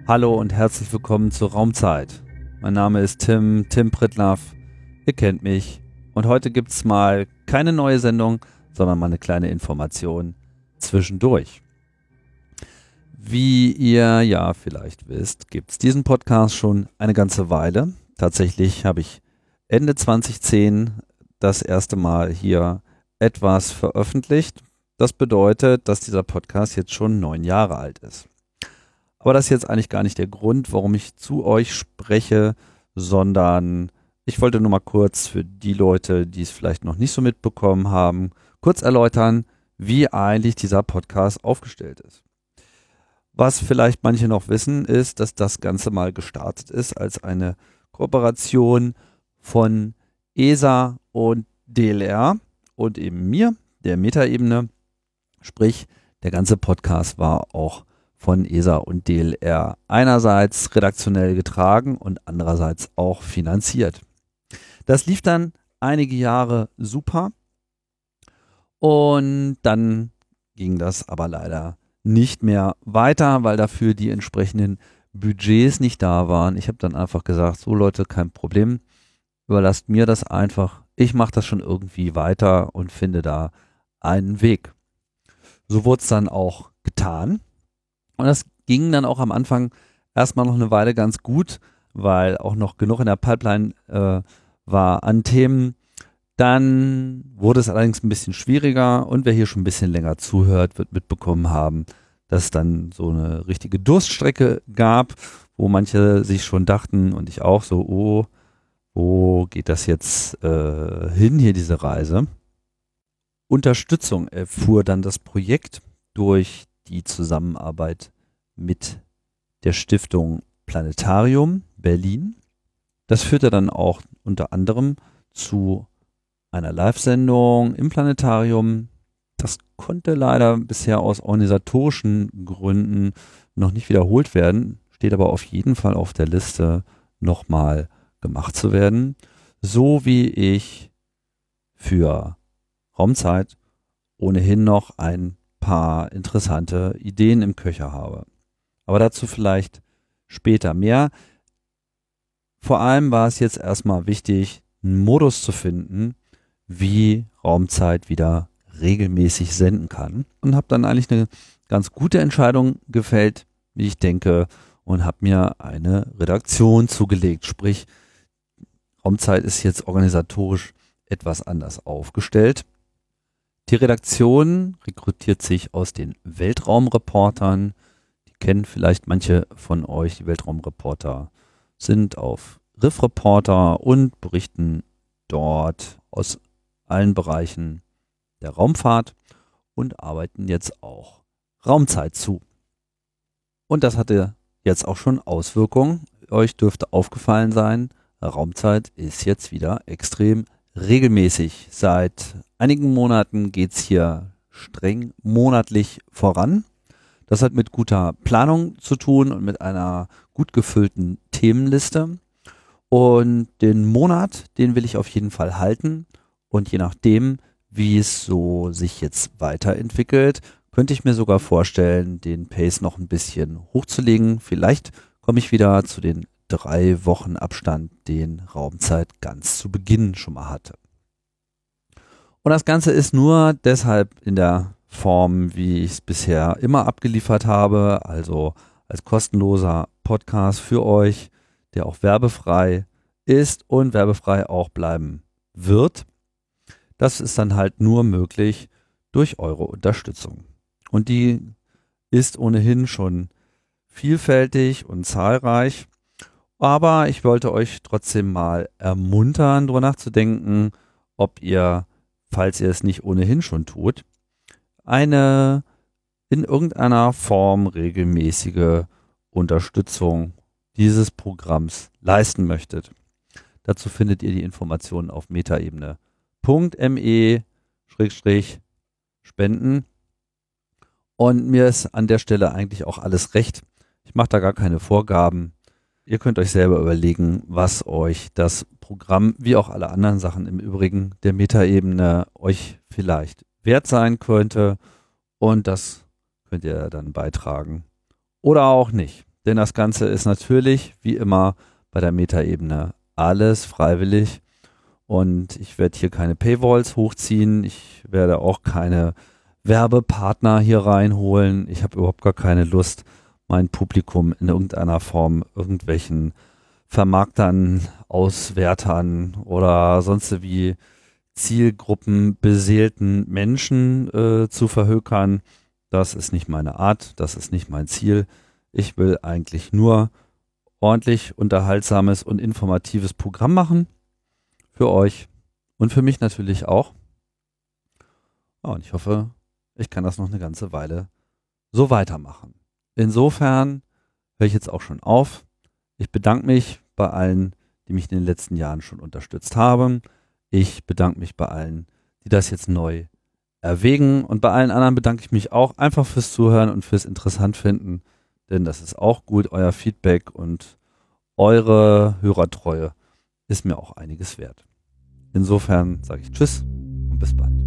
Hallo und herzlich willkommen zur Raumzeit. Mein Name ist Tim Prittlaff. Ihr kennt mich. Und heute gibt es mal keine neue Sendung, sondern mal eine kleine Information zwischendurch. Wie ihr ja vielleicht wisst, gibt es diesen Podcast schon eine ganze Weile. Tatsächlich habe ich Ende 2010 das erste Mal hier etwas veröffentlicht. Das bedeutet, dass dieser Podcast jetzt schon 9 Jahre alt ist. Aber das ist jetzt eigentlich gar nicht der Grund, warum ich zu euch spreche, sondern ich wollte nur mal kurz für die Leute, die es vielleicht noch nicht so mitbekommen haben, kurz erläutern, wie eigentlich dieser Podcast aufgestellt ist. Was vielleicht manche noch wissen, ist, dass das Ganze mal gestartet ist als eine Kooperation von ESA und DLR und eben mir, der Metaebene. Sprich, der ganze Podcast war auch von ESA und DLR einerseits redaktionell getragen und andererseits auch finanziert. Das lief dann einige Jahre super und dann ging das aber leider nicht mehr weiter, weil dafür die entsprechenden Budgets nicht da waren. Ich habe dann einfach gesagt, so Leute, kein Problem, überlasst mir das einfach. Ich mache das schon irgendwie weiter und finde da einen Weg. So wurde es dann auch getan. Und das ging dann auch am Anfang erstmal noch eine Weile ganz gut, weil auch noch genug in der Pipeline war an Themen. Dann wurde es allerdings ein bisschen schwieriger und wer hier schon ein bisschen länger zuhört, wird mitbekommen haben, dass es dann so eine richtige Durststrecke gab, wo manche sich schon dachten und ich auch so, oh, wo geht das jetzt hin, hier diese Reise? Unterstützung erfuhr dann das Projekt durch die Zusammenarbeit mit der Stiftung Planetarium Berlin. Das führte dann auch unter anderem zu einer Live-Sendung im Planetarium. Das konnte leider bisher aus organisatorischen Gründen noch nicht wiederholt werden, steht aber auf jeden Fall auf der Liste, nochmal gemacht zu werden. So wie ich für Raumzeit ohnehin noch ein paar interessante Ideen im Köcher habe. Aber dazu vielleicht später mehr. Vor allem war es jetzt erstmal wichtig, einen Modus zu finden, wie Raumzeit wieder regelmäßig senden kann. Und habe dann eigentlich eine ganz gute Entscheidung gefällt, wie ich denke, und habe mir eine Redaktion zugelegt. Sprich, Raumzeit ist jetzt organisatorisch etwas anders aufgestellt. Die Redaktion rekrutiert sich aus den Weltraumreportern. Die kennen vielleicht manche von euch. Die Weltraumreporter sind auf Riff Reporter und berichten dort aus allen Bereichen der Raumfahrt und arbeiten jetzt auch Raumzeit zu. Und das hatte jetzt auch schon Auswirkungen. Euch dürfte aufgefallen sein, Raumzeit ist jetzt wieder extrem regelmäßig. Seit einigen Monaten geht es hier streng monatlich voran. Das hat mit guter Planung zu tun und mit einer gut gefüllten Themenliste. Und den Monat, den will ich auf jeden Fall halten. Und je nachdem, wie es so sich jetzt weiterentwickelt, könnte ich mir sogar vorstellen, den Pace noch ein bisschen hochzulegen. Vielleicht komme ich wieder zu den 3 Wochen Abstand, den Raumzeit ganz zu Beginn schon mal hatte. Und das Ganze ist nur deshalb in der Form, wie ich es bisher immer abgeliefert habe, also als kostenloser Podcast für euch, der auch werbefrei ist und werbefrei auch bleiben wird. Das ist dann halt nur möglich durch eure Unterstützung. Und die ist ohnehin schon vielfältig und zahlreich. Aber ich wollte euch trotzdem mal ermuntern, darüber nachzudenken, ob ihr, falls ihr es nicht ohnehin schon tut, eine in irgendeiner Form regelmäßige Unterstützung dieses Programms leisten möchtet. Dazu findet ihr die Informationen auf metaebene.me/spenden. Und mir ist an der Stelle eigentlich auch alles recht. Ich mache da gar keine Vorgaben. Ihr könnt euch selber überlegen, was euch das Programm, wie auch alle anderen Sachen im Übrigen der Metaebene, euch vielleicht wert sein könnte. Und das könnt ihr dann beitragen. Oder auch nicht. Denn das Ganze ist natürlich, wie immer, bei der Metaebene alles freiwillig. Und ich werde hier keine Paywalls hochziehen. Ich werde auch keine Werbepartner hier reinholen. Ich habe überhaupt gar keine Lust, mein Publikum in irgendeiner Form irgendwelchen Vermarktern, Auswertern oder sonst wie Zielgruppen beseelten Menschen zu verhökern. Das ist nicht meine Art, das ist nicht mein Ziel. Ich will eigentlich nur ordentlich unterhaltsames und informatives Programm machen für euch und für mich natürlich auch. Ja, und ich hoffe, ich kann das noch eine ganze Weile so weitermachen. Insofern höre ich jetzt auch schon auf. Ich bedanke mich bei allen, die mich in den letzten Jahren schon unterstützt haben. Ich bedanke mich bei allen, die das jetzt neu erwägen. Und bei allen anderen bedanke ich mich auch einfach fürs Zuhören und fürs Interessant finden. Denn das ist auch gut, euer Feedback und eure Hörertreue ist mir auch einiges wert. Insofern sage ich Tschüss und bis bald.